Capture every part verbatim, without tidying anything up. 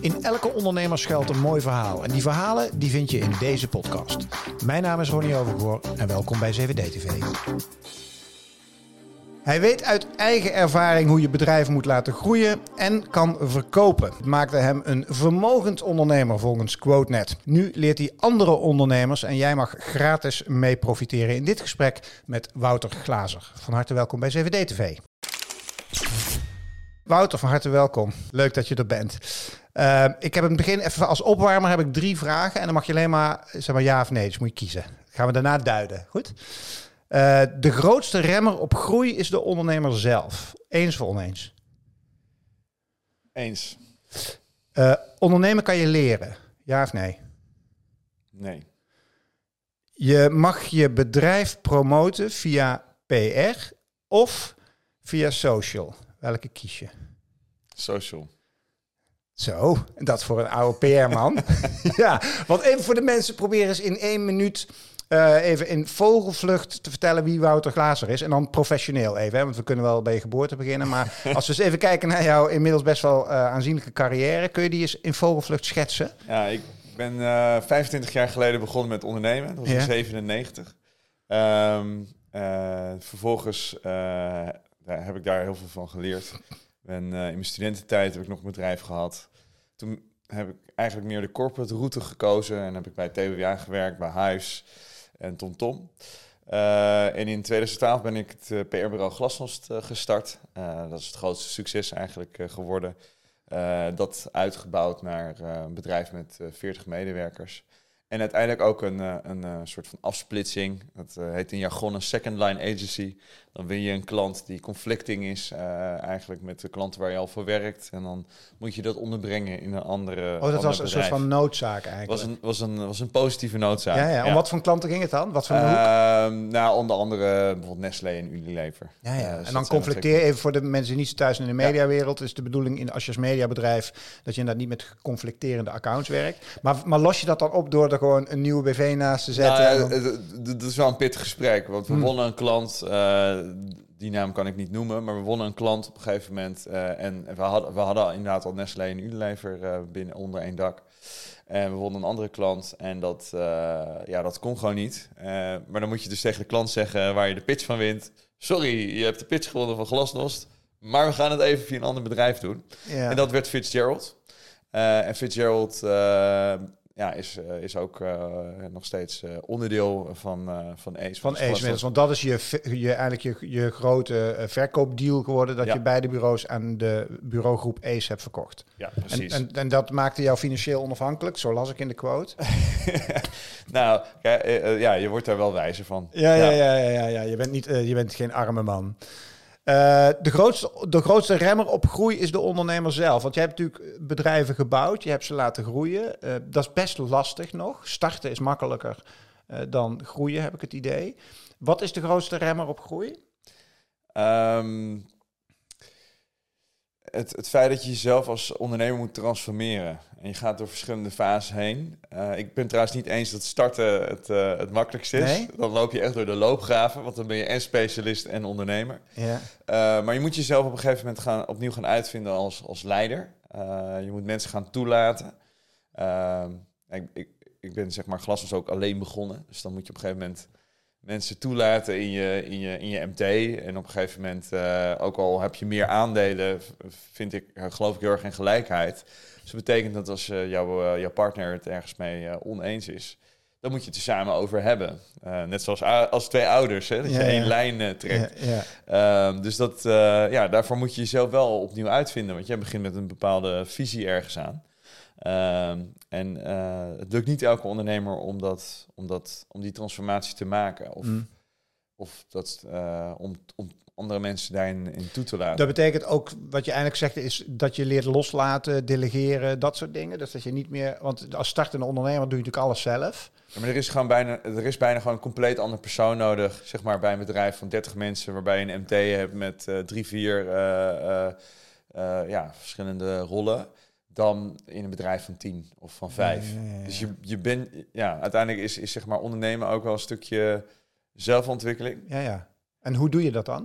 In elke ondernemer schuilt een mooi verhaal. En die verhalen die vind je in deze podcast. Mijn naam is Ronnie Overgoor en welkom bij zeven D T V. Hij weet uit eigen ervaring hoe je bedrijf moet laten groeien en kan verkopen. Het maakte hem een vermogend ondernemer volgens QuoteNet. Nu leert hij andere ondernemers en jij mag gratis mee profiteren in dit gesprek met Wouter Glazer. Van harte welkom bij zeven D T V. Wouter, van harte welkom. Leuk dat je er bent. Uh, ik heb in het begin even als opwarmer heb ik drie vragen en dan mag je alleen maar, zeg maar ja of nee, dus moet je kiezen. Gaan we daarna duiden. Goed? Uh, de grootste remmer op groei is de ondernemer zelf. Eens of oneens? Eens. Uh, ondernemen kan je leren. Ja of nee? Nee. Je mag je bedrijf promoten via P R of via social. Welke kies je? Social. Zo, dat voor een oude P R-man. Ja, want even voor de mensen, probeer eens in één minuut uh, even in vogelvlucht te vertellen wie Wouter Glazer is. En dan professioneel even, hè, want we kunnen wel bij je geboorte beginnen. Maar als we eens even kijken naar jouw inmiddels best wel uh, aanzienlijke carrière, kun je die eens in vogelvlucht schetsen? Ja, ik ben uh, vijfentwintig jaar geleden begonnen met ondernemen. Dat was in ja. zevenennegentig. Um, uh, vervolgens uh, heb ik daar heel veel van geleerd. En, uh, in mijn studententijd heb ik nog een bedrijf gehad. Toen heb ik eigenlijk meer de corporate route gekozen en heb ik bij T B W A gewerkt, bij Huis en TomTom. Uh, en in tweeduizend twaalf ben ik het uh, P R-bureau Glasnost uh, gestart. Uh, dat is het grootste succes eigenlijk uh, geworden. Uh, dat uitgebouwd naar uh, een bedrijf met uh, veertig medewerkers. En uiteindelijk ook een, een, een, een soort van afsplitsing. Dat uh, heet in jargon een second line agency. Dan win je een klant die conflicting is uh, eigenlijk met de klanten waar je al voor werkt. En dan moet je dat onderbrengen in een andere Oh, dat was bedrijf. een soort van noodzaak eigenlijk. Was een, was een, was een positieve noodzaak. Ja, ja. Om ja. wat voor klanten ging het dan? Wat voor uh, hoek? Nou, onder andere bijvoorbeeld Nestlé en Unilever. Ja, ja. Uh, dus en dan conflicteer even voor de mensen die niet zo thuis in de mediawereld. Is de bedoeling in, als je als mediabedrijf dat je inderdaad niet met conflicterende accounts werkt. Maar, maar los je dat dan op door er gewoon een nieuwe B V naast te zetten? Nou, ja, dan... Dat is wel een pittig gesprek. Want we hmm. wonnen een klant... Uh, die naam kan ik niet noemen, maar we wonnen een klant op een gegeven moment. Uh, en we hadden, we hadden inderdaad al Nestlé en Unilever uh, binnen onder één dak. En we wonnen een andere klant en dat, uh, ja, dat kon gewoon niet. Uh, maar dan moet je dus tegen de klant zeggen waar je de pitch van wint. Sorry, je hebt de pitch gewonnen van Glasnost, maar we gaan het even via een ander bedrijf doen. Ja. En dat werd Fitzgerald. Uh, en Fitzgerald... Uh, Ja, is, uh, is ook uh, nog steeds uh, onderdeel van, uh, van Ace. Van Ace Middels, want dat is je, je, eigenlijk je, je grote uh, verkoopdeal geworden... dat ja. je beide bureaus aan de bureaugroep Ace hebt verkocht. Ja, precies. En, en, en dat maakte jou financieel onafhankelijk, zo las ik in de quote. nou, ja, uh, ja, je wordt daar wel wijzer van. Ja, ja, ja, ja, ja, ja. Je bent niet, uh, je bent geen arme man. Uh, de, grootste, de grootste remmer op groei is de ondernemer zelf. Want je hebt natuurlijk bedrijven gebouwd, je hebt ze laten groeien. Uh, dat is best lastig nog. Starten is makkelijker uh, dan groeien, heb ik het idee. Wat is de grootste remmer op groei? Um, het, het feit dat je jezelf als ondernemer moet transformeren. En je gaat door verschillende fasen heen. Uh, ik ben trouwens niet eens dat starten het, uh, het makkelijkste is. Nee? Dan loop je echt door de loopgraven, want dan ben je en specialist en ondernemer. Ja. Uh, maar je moet jezelf op een gegeven moment gaan, opnieuw gaan uitvinden als, als leider. Uh, je moet mensen gaan toelaten. Uh, ik, ik, ik ben zeg maar Glasnost ook alleen begonnen. Dus dan moet je op een gegeven moment mensen toelaten in je, in je, in je M T. En op een gegeven moment, uh, ook al heb je meer aandelen, vind ik, geloof ik heel erg in gelijkheid. Dus dat betekent dat als uh, jouw, uh, jouw partner het ergens mee uh, oneens is, dan moet je het er samen over hebben. Uh, net zoals als twee ouders, hè, dat ja, je één ja. lijn uh, trekt. Ja, ja. Uh, dus dat, uh, ja, daarvoor moet je jezelf wel opnieuw uitvinden. Want jij begint met een bepaalde visie ergens aan. Uh, en uh, het lukt niet elke ondernemer om, dat, om, dat, om die transformatie te maken. Of, mm. of dat, uh, om, om andere mensen daarin in toe te laten. Dat betekent ook, wat je eigenlijk zegt, is dat je leert loslaten, delegeren, dat soort dingen. Dus dat je niet meer, want als startende ondernemer doe je natuurlijk alles zelf. Ja, maar er is gewoon bijna, er is bijna gewoon een compleet ander persoon nodig, zeg maar bij een bedrijf van dertig mensen, waarbij je een M T hebt met uh, drie, vier uh, uh, uh, ja, verschillende rollen, dan in een bedrijf van tien of van vijf. Ja, ja, ja. Dus je, je bent, ja, uiteindelijk is, is zeg maar ondernemen ook wel een stukje zelfontwikkeling. Ja, ja. En hoe doe je dat dan?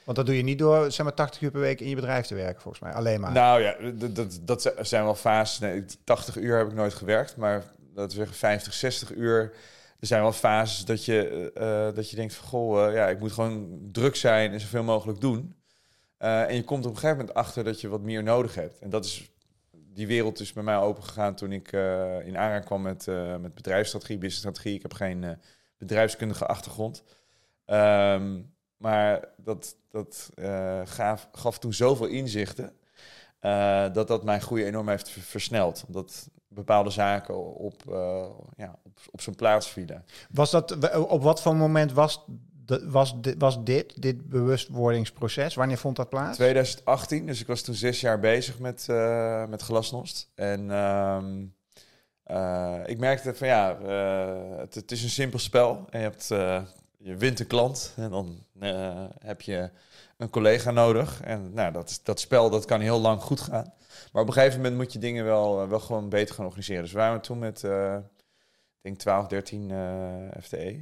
Want dat doe je niet door, zeg maar, tachtig uur per week in je bedrijf te werken, volgens mij. Alleen maar. Nou ja, dat, dat, dat zijn wel fases. Nee, tachtig uur heb ik nooit gewerkt, maar dat we zeggen vijftig, zestig uur. Er zijn wel fases dat je, uh, dat je denkt van, goh, uh, ja, ik moet gewoon druk zijn en zoveel mogelijk doen. Uh, en je komt op een gegeven moment achter dat je wat meer nodig hebt. En dat is, die wereld is bij mij opengegaan toen ik uh, in aanraking kwam met, uh, met bedrijfsstrategie, businessstrategie. Ik heb geen uh, bedrijfskundige achtergrond. Um, maar dat, dat uh, gaf, gaf toen zoveel inzichten, uh, dat dat mijn groei enorm heeft versneld. Dat bepaalde zaken op, uh, ja, op, op zijn plaats vielen. Was dat, op wat voor moment was, de, was, dit, was dit, dit bewustwordingsproces? Wanneer vond dat plaats? twintig achttien, dus ik was toen zes jaar bezig met, uh, met Glasnost. En um, uh, ik merkte van ja, uh, het, het is een simpel spel. En je, hebt, uh, je wint een klant en dan uh, heb je een collega nodig. En nou, dat, dat spel dat kan heel lang goed gaan. Maar op een gegeven moment moet je dingen wel, wel gewoon beter gaan organiseren. Dus we waren toen met, uh, ik denk twaalf, dertien uh, F T E.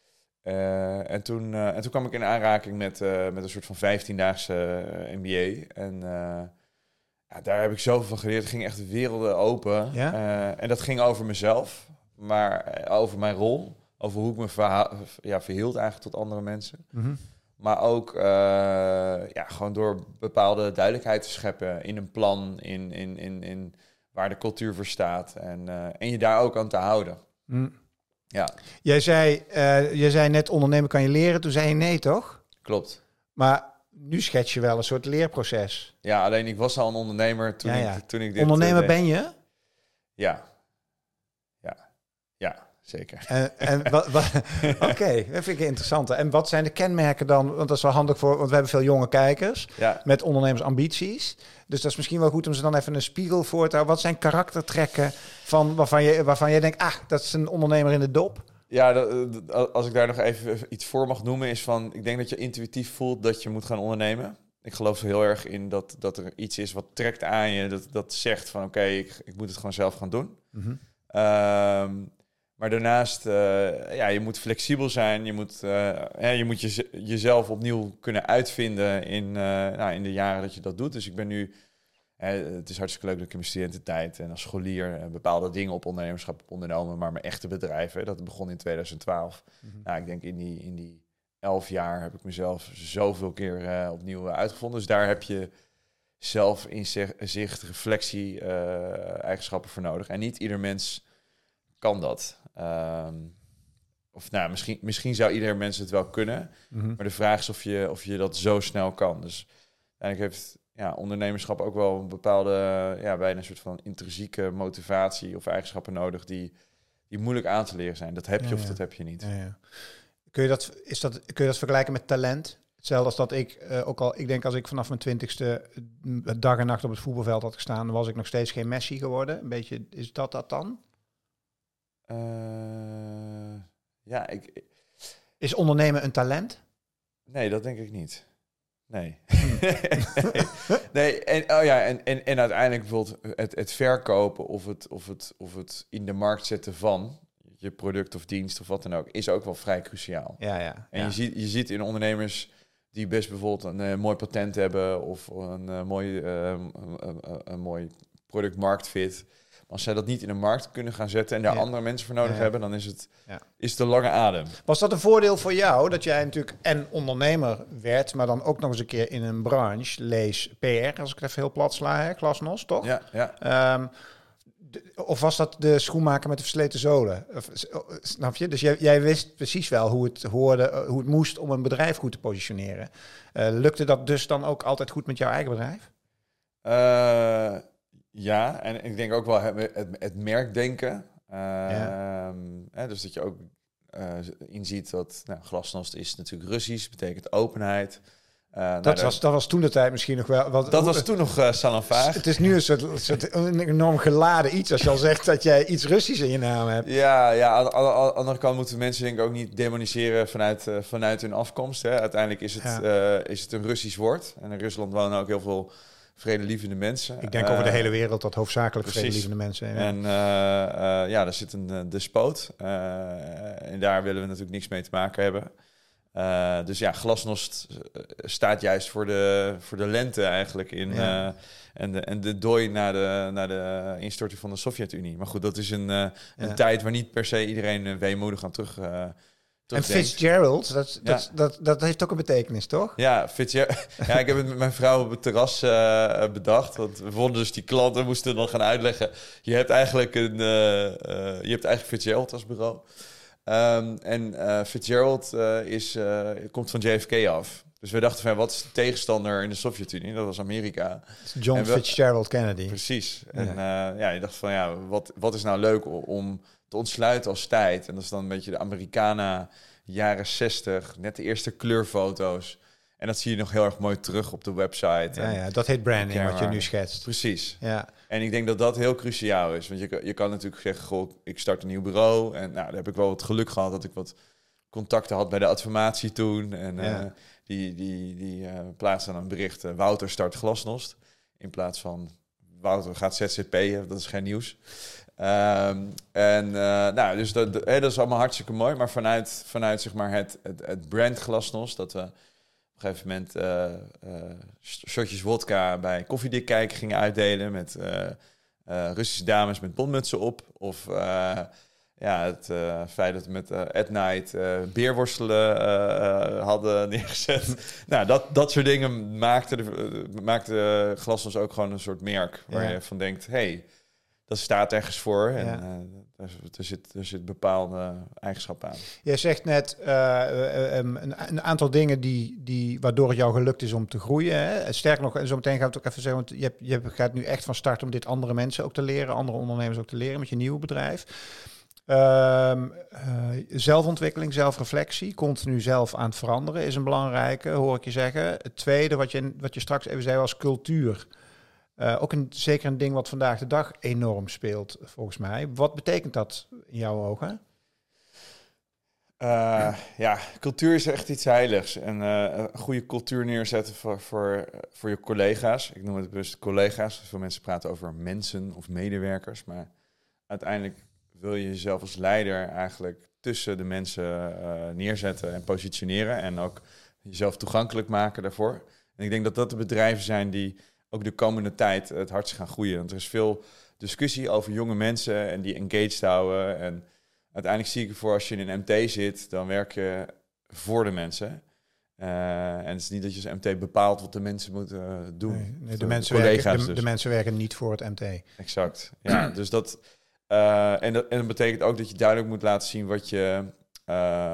Uh, en, toen, uh, en toen kwam ik in aanraking met, uh, met een soort van vijftiendaagse uh, M B A. En uh, ja, daar heb ik zoveel van geleerd. Het ging echt de werelden open. Ja? Uh, en dat ging over mezelf, maar over mijn rol. Over hoe ik me verha- ja, verhield eigenlijk tot andere mensen. Mm-hmm. Maar ook uh, ja, gewoon door bepaalde duidelijkheid te scheppen in een plan, in, in, in, in waar de cultuur voor staat. En, uh, en je daar ook aan te houden. Mm. Ja. Jij zei, uh, jij zei net ondernemen kan je leren. Toen zei je nee, toch? Klopt. Maar nu schets je wel een soort leerproces. Ja, alleen ik was al een ondernemer toen, ja, ja. Ik, toen ik dit... Ondernemer uh, ben je? Ja. Ja. Ja, zeker. En, en wat, wat, Oké, okay, dat vind ik interessant. En wat zijn de kenmerken dan? Want dat is wel handig voor, want we hebben veel jonge kijkers ja. met ondernemersambities. Dus dat is misschien wel goed om ze dan even een spiegel voor te houden. Wat zijn karaktertrekken van waarvan je, waarvan je denkt, ah, dat is een ondernemer in de dop? Ja, dat, dat, als ik daar nog even iets voor mag noemen, is van, ik denk dat je intuïtief voelt dat je moet gaan ondernemen. Ik geloof zo heel erg in dat, dat er iets is wat trekt aan je, dat, dat zegt van, oké, okay, ik, ik moet het gewoon zelf gaan doen. Mm-hmm. Um, maar daarnaast, uh, ja, je moet flexibel zijn, je moet, uh, ja, je moet je, jezelf opnieuw kunnen uitvinden in, uh, nou, in de jaren dat je dat doet. Dus ik ben nu, uh, het is hartstikke leuk dat ik in mijn studententijd en als scholier uh, bepaalde dingen op ondernemerschap heb ondernomen, maar mijn echte bedrijven, dat begon in twintig twaalf. Mm-hmm. Nou, ik denk in die, in die elf jaar heb ik mezelf zoveel keer uh, opnieuw uitgevonden. Dus daar heb je zelf inzicht, reflectie, uh, eigenschappen voor nodig. En niet ieder mens kan dat. Um, of nou, misschien, misschien zou ieder mens het wel kunnen. Mm-hmm. Maar de vraag is of je, of je dat zo snel kan. Dus eigenlijk heeft ja, ondernemerschap ook wel een bepaalde, ja, bijna een soort van intrinsieke motivatie of eigenschappen nodig die, die moeilijk aan te leren zijn. Dat heb je ja, of ja. dat heb je niet. Ja, ja. Kun je dat, is dat, kun je dat vergelijken met talent? Hetzelfde als dat ik uh, ook al, ik denk als ik vanaf mijn twintigste dag en nacht op het voetbalveld had gestaan, dan was ik nog steeds geen Messi geworden. Een beetje, is dat dat dan? Uh, ja, ik... Is ondernemen een talent? Nee, dat denk ik niet. Nee. nee. nee, en, oh ja, en, en, en uiteindelijk bijvoorbeeld het, het verkopen of het, of, het, of het in de markt zetten van je product of dienst of wat dan ook, is ook wel vrij cruciaal. Ja, ja. En ja. Je, ziet, je ziet in ondernemers die best bijvoorbeeld een uh, mooi patent hebben of een, uh, mooi, uh, een, een, een mooi product-marktfit. Als zij dat niet in de markt kunnen gaan zetten en daar ja. andere mensen voor nodig ja. hebben, dan is het, ja. is het een lange adem. Was dat een voordeel voor jou, dat jij natuurlijk en ondernemer werd, maar dan ook nog eens een keer in een branche, lees P R, als ik het even heel plat sla, hè, Glasnost, toch? Ja, ja. Um, de, of was dat de schoenmaker met de versleten zolen? Of, snap je? Dus jij, jij wist precies wel hoe het hoorde, hoe het moest om een bedrijf goed te positioneren. Uh, lukte dat dus dan ook altijd goed met jouw eigen bedrijf? Uh, Ja, en ik denk ook wel het, het, het merkdenken. Uh, ja. hè, dus dat je ook uh, inziet dat nou, Glasnost is natuurlijk Russisch, betekent openheid. Uh, dat, nou, was, dat was toen de tijd misschien nog wel... Wat, dat was toen nog uh, Salanvaag. Het is nu een soort, soort een enorm geladen iets als je al zegt dat jij iets Russisch in je naam hebt. Ja, ja aan, aan, aan de andere kant moeten mensen denk ik ook niet demoniseren vanuit, uh, vanuit hun afkomst. Hè. Uiteindelijk is het, ja. uh, is het een Russisch woord. En in Rusland wonen ook heel veel vredelievende mensen. Ik denk uh, over de hele wereld dat hoofdzakelijk precies. vredelievende mensen. Ja. En uh, uh, ja, daar zit een uh, despoot. Uh, en daar willen we natuurlijk niks mee te maken hebben. Uh, dus ja, glasnost staat juist voor de, voor de lente eigenlijk in. Ja. Uh, en, de, en de dooi na de, na de instorting van de Sovjet-Unie. Maar goed, dat is een, uh, een ja. tijd waar niet per se iedereen uh, weemoedig aan terug... Uh, En Fitzgerald, dat, dat, ja. dat, dat heeft ook een betekenis, toch? Ja, Fitzgerald. Ja, ik heb het met mijn vrouw op het terras uh, bedacht. Want we vonden dus die klanten moesten dan gaan uitleggen. Je hebt eigenlijk een, uh, uh, je hebt eigenlijk Fitzgerald als bureau. Um, en uh, Fitzgerald uh, is, uh, komt van J F K af. Dus we dachten van, wat is de tegenstander in de Sovjet-Unie? Dat was Amerika. John we, Fitzgerald Kennedy. Precies. Ja. En uh, ja, je dacht van, ja, wat, wat is nou leuk om te ontsluiten als tijd? En dat is dan een beetje de Americana jaren zestig, net de eerste kleurfoto's. En dat zie je nog heel erg mooi terug op de website. Ja, ja dat heet branding, wat je nu schetst. Precies. Ja. En ik denk dat dat heel cruciaal is. Want je, je kan natuurlijk zeggen, goh, ik start een nieuw bureau. En nou, daar heb ik wel wat geluk gehad dat ik wat contacten had bij de adformatie toen. En ja. uh, die, die, die uh, plaatste dan een bericht, uh, Wouter start Glasnost. In plaats van Wouter gaat Z Z P'en, dat is geen nieuws. Um, en uh, nou, dus dat, dat, hey, dat is allemaal hartstikke mooi. Maar vanuit, vanuit zeg maar het, het, het brand Glasnost, dat we op een gegeven moment uh, uh, shotjes wodka bij koffiedik kijken gingen uitdelen met uh, uh, Russische dames met bondmutsen op. Of uh, ja, het uh, feit dat we met uh, at night uh, beerworstelen uh, uh, hadden neergezet. nou, dat, dat soort dingen maakte, de, uh, maakte Glasnost ook gewoon een soort merk waar ja. je van denkt, hey, dat staat ergens voor en ja. uh, er, er, zit, er zit bepaalde eigenschappen aan. Je zegt net uh, um, een, een aantal dingen die, die, waardoor het jou gelukt is om te groeien. Hè? Sterker nog, en zo meteen gaan we het ook even zeggen, want je, hebt, je gaat nu echt van start om dit andere mensen ook te leren, andere ondernemers ook te leren met je nieuwe bedrijf. Um, uh, zelfontwikkeling, zelfreflectie, continu zelf aan het veranderen is een belangrijke, hoor ik je zeggen. Het tweede, wat je, wat je straks even zei, was cultuur. Uh, ook een, zeker een ding wat vandaag de dag enorm speelt, volgens mij. Wat betekent dat in jouw ogen? Uh, ja, cultuur is echt iets heiligs. En uh, een goede cultuur neerzetten voor, voor, voor je collega's. Ik noem het bewust collega's. Veel mensen praten over mensen of medewerkers. Maar uiteindelijk wil je jezelf als leider eigenlijk tussen de mensen uh, neerzetten en positioneren. En ook jezelf toegankelijk maken daarvoor. En ik denk dat dat de bedrijven zijn die ook de komende tijd het hardst gaan groeien. Want er is veel discussie over jonge mensen en die engaged houden. En uiteindelijk zie ik ervoor, als je in een M T zit, dan werk je voor de mensen. Uh, en het is niet dat je als M T bepaalt wat de mensen moeten uh, doen. Nee, nee, de, de, mensen werken, de, dus. de mensen werken niet voor het M T. Exact. Ja, dus dat, uh, en dat... En dat betekent ook dat je duidelijk moet laten zien wat je... Uh,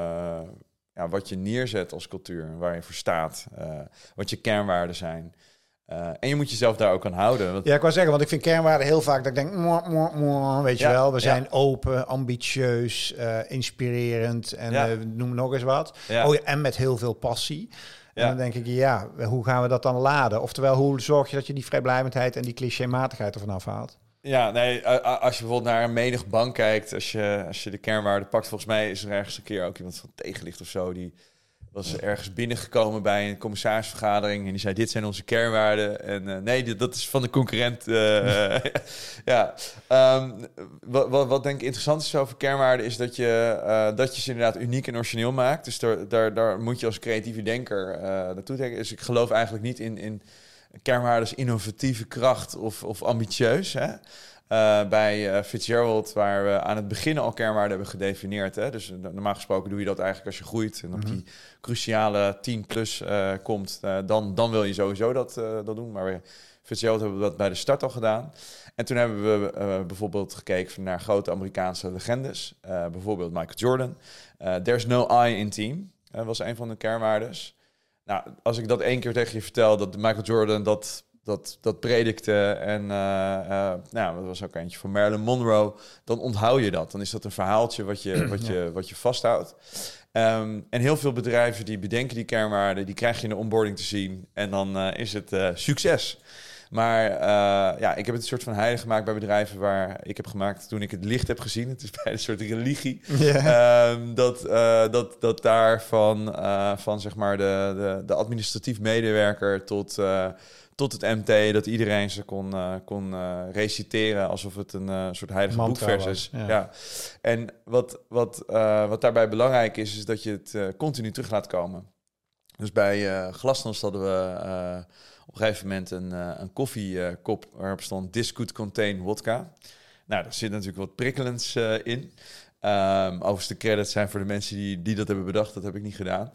ja, wat je neerzet als cultuur, waar je voor staat. Uh, wat je kernwaarden zijn. Uh, en je moet jezelf daar ook aan houden. Want... Ja, ik wou zeggen, want ik vind kernwaarden heel vaak dat ik denk, moe, moe, moe, weet je ja, wel, we zijn ja. open, ambitieus, uh, inspirerend en ja. uh, noem nog eens wat. Ja. Oh, ja, en met heel veel passie. Ja. En dan denk ik, ja, hoe gaan we dat dan laden? Oftewel, hoe zorg je dat je die vrijblijvendheid en die clichématigheid ervan afhaalt? Ja, nee, als je bijvoorbeeld naar een menig bank kijkt, als je, als je de kernwaarden pakt, volgens mij is er ergens een keer ook iemand van Tegenlicht of zo, die was ergens binnengekomen bij een commissarisvergadering en die zei, dit zijn onze kernwaarden. En uh, nee, dit, dat is van de concurrent. Uh, ja. Um, wat, wat, wat denk ik interessant is over kernwaarden, is dat je, uh, dat je ze inderdaad uniek en origineel maakt. Dus daar, daar, daar moet je als creatieve denker uh, naartoe denken. Dus ik geloof eigenlijk niet in, in kernwaarden als innovatieve kracht of, of ambitieus, hè? Uh, bij uh, Fitzgerald, waar we aan het begin al kernwaarden hebben gedefinieerd. Hè? Dus uh, normaal gesproken doe je dat eigenlijk als je groeit en op mm-hmm. die cruciale tien plus uh, komt. Uh, dan, dan wil je sowieso dat, uh, dat doen. Maar bij Fitzgerald hebben we dat bij de start al gedaan. En toen hebben we uh, bijvoorbeeld gekeken naar grote Amerikaanse legendes. Uh, bijvoorbeeld Michael Jordan. Uh, There's no I in team. Dat uh, was een van de kernwaardes. Nou, als ik dat één keer tegen je vertel, dat Michael Jordan dat... Dat, dat predikte en uh, uh, nou, dat was ook eentje van Marilyn Monroe. Dan onthoud je dat. Dan is dat een verhaaltje wat je, wat je, wat je vasthoudt. Um, en heel veel bedrijven die bedenken die kernwaarden, die krijg je in de onboarding te zien. En dan uh, is het uh, succes. Maar uh, ja, ik heb het een soort van heilig gemaakt bij bedrijven waar ik heb gemaakt toen ik het licht heb gezien. Het is bij een soort religie. Yeah. Um, dat, uh, dat, dat daar van, uh, van zeg maar de, de, de administratief medewerker tot... Uh, tot het M T, dat iedereen ze kon, uh, kon uh, reciteren alsof het een uh, soort heilige Mantra boekvers was, is. ja. Ja. En wat, wat, uh, wat daarbij belangrijk is, is dat je het uh, continu terug laat komen. Dus bij uh, Glasnost hadden we uh, op een gegeven moment een, uh, een koffiekop uh, waarop stond "This could contain wodka". Nou, daar zit natuurlijk wat prikkelends uh, in. Um, overigens de credits zijn voor de mensen die, die dat hebben bedacht. Dat heb ik niet gedaan.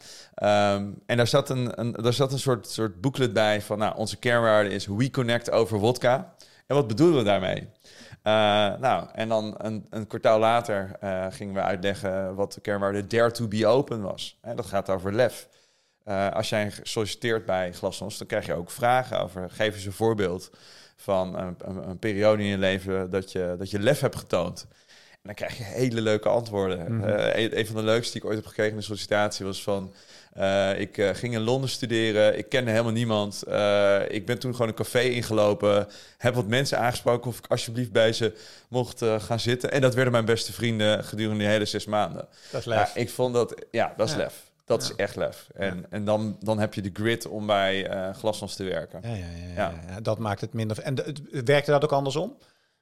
Um, en daar zat een, een, daar zat een soort, soort booklet bij van... nou, onze kernwaarde is we connect over wodka. En wat bedoelen we daarmee? Uh, nou, en dan een, een kwartaal later uh, gingen we uitleggen... wat de kernwaarde dare to be open was. En dat gaat over lef. Uh, als jij solliciteert bij Glasnost, dan krijg je ook vragen over... geef eens een voorbeeld van een, een, een periode in je leven... dat je, dat je lef hebt getoond... En dan krijg je hele leuke antwoorden. Mm-hmm. Uh, een, een van de leukste die ik ooit heb gekregen in de sollicitatie was van... Uh, ik uh, ging in Londen studeren, ik kende helemaal niemand. Uh, ik ben toen gewoon een café ingelopen. Heb wat mensen aangesproken of ik alsjeblieft bij ze mocht uh, gaan zitten. En dat werden mijn beste vrienden gedurende die hele zes maanden. Dat is lef. Ja, ik vond dat, ja, dat is ja. lef. Dat ja. is echt lef. En, ja. en dan, dan heb je de grit om bij uh, Glasnost te werken. Ja, ja, ja, ja. ja. ja, dat maakt het minder... En de, werkte dat ook andersom?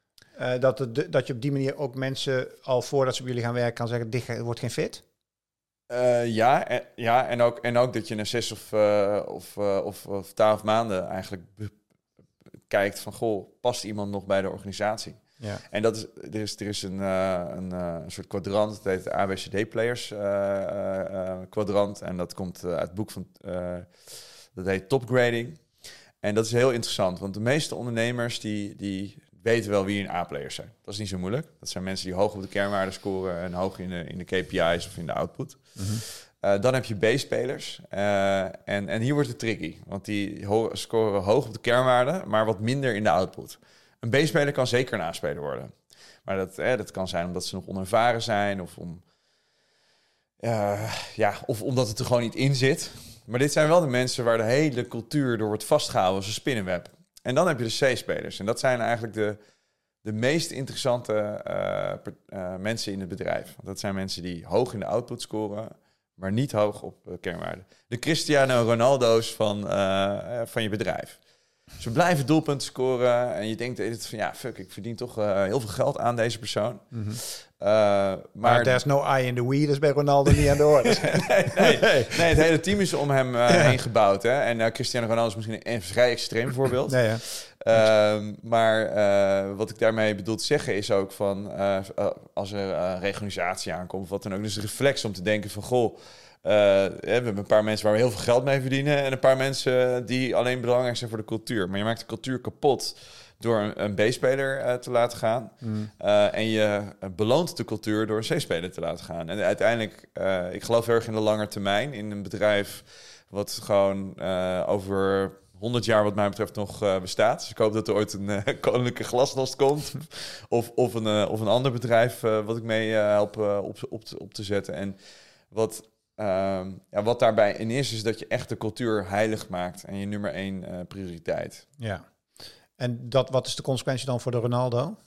Uh, dat, het, dat je op die manier ook mensen al voordat ze bij jullie gaan werken kan zeggen, dit wordt geen fit? Uh, ja, en, ja en, ook, en ook dat je na zes of, uh, of, uh, of, of twaalf maanden eigenlijk be- kijkt van, goh, past iemand nog bij de organisatie? Ja. En dat is, er is, er is een, uh, een, uh, een soort kwadrant, dat heet de A B C D-players uh, uh, uh, kwadrant. En dat komt uh, uit het boek van, uh, dat heet Topgrading. En dat is heel interessant, want de meeste ondernemers die... die weten wel wie een A-players zijn. Dat is niet zo moeilijk. Dat zijn mensen die hoog op de kernwaarden scoren en hoog in de, in de K P I's of in de output. Mm-hmm. Uh, dan heb je B-spelers. Uh, en, en hier wordt het tricky. Want die ho- scoren hoog op de kernwaarden, maar wat minder in de output. Een B-speler kan zeker een A-speler worden. Maar dat, eh, dat kan zijn omdat ze nog onervaren zijn of, om, uh, ja, of omdat het er gewoon niet in zit. Maar dit zijn wel de mensen waar de hele cultuur door wordt vastgehouden als een spinnenweb. En dan heb je de C-spelers. En dat zijn eigenlijk de, de meest interessante uh, per, uh, mensen in het bedrijf. Want dat zijn mensen die hoog in de output scoren, maar niet hoog op uh, kernwaarden. De Cristiano Ronaldo's van, uh, van je bedrijf. Ze blijven doelpunten scoren en je denkt van ja, fuck, ik verdien toch uh, heel veel geld aan deze persoon. Mm-hmm. Uh, maar maar there's no eye in the we, dus bij Ronaldo niet aan de orde. nee, nee, nee, het hele team is om hem uh, ja. heen gebouwd. Hè? En uh, Cristiano Ronaldo is misschien een vrij extreem voorbeeld. Ja, ja. Uh, maar uh, wat ik daarmee bedoel te zeggen is ook van... Uh, uh, als er uh, reorganisatie aankomt of wat dan ook... dus de reflex om te denken van... goh, uh, we hebben een paar mensen waar we heel veel geld mee verdienen... en een paar mensen die alleen belangrijk zijn voor de cultuur. Maar je maakt de cultuur kapot... door een, een B-speler uh, te laten gaan. Mm. Uh, en je uh, beloont de cultuur door een C-speler te laten gaan. En uiteindelijk, uh, ik geloof heel erg in de lange termijn. In een bedrijf wat gewoon uh, over honderd jaar wat mij betreft nog uh, bestaat. Dus ik hoop dat er ooit een uh, koninklijke Glasnost komt. of, of, een, uh, of een ander bedrijf uh, wat ik mee uh, help uh, op, op, op te zetten. En wat... Uh, ja, wat daarbij in is, is dat je echt de cultuur heilig maakt. En je nummer één uh, prioriteit. Ja. En dat, wat is de consequentie dan voor de Ronaldo?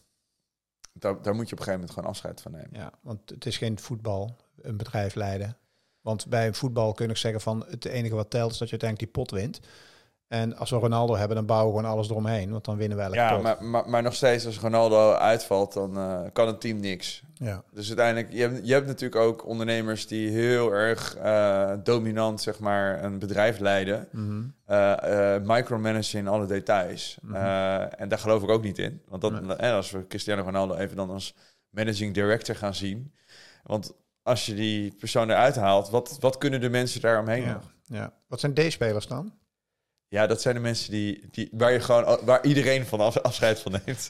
Daar, daar moet je op een gegeven moment gewoon afscheid van nemen. Ja, want het is geen voetbal, een bedrijf leiden. Want bij voetbal kun je nog zeggen van het enige wat telt is dat je uiteindelijk die pot wint. En als we Ronaldo hebben, dan bouwen we gewoon alles eromheen, want dan winnen we elke ja, pot. Maar, maar, maar nog steeds, als Ronaldo uitvalt, dan uh, kan het team niks. Ja. Dus uiteindelijk, je hebt, je hebt natuurlijk ook ondernemers die heel erg uh, dominant, zeg maar, een bedrijf leiden. Mm-hmm. Uh, uh, micromanagen in alle details. Mm-hmm. Uh, en daar geloof ik ook niet in. Want dat, nee. En als we Cristiano Ronaldo even dan als managing director gaan zien. Want als je die persoon eruit haalt, wat, wat kunnen de mensen daaromheen ja. nog? Ja. Wat zijn D-spelers dan? Ja, dat zijn de mensen die, die waar je gewoon waar iedereen van af, afscheid van neemt.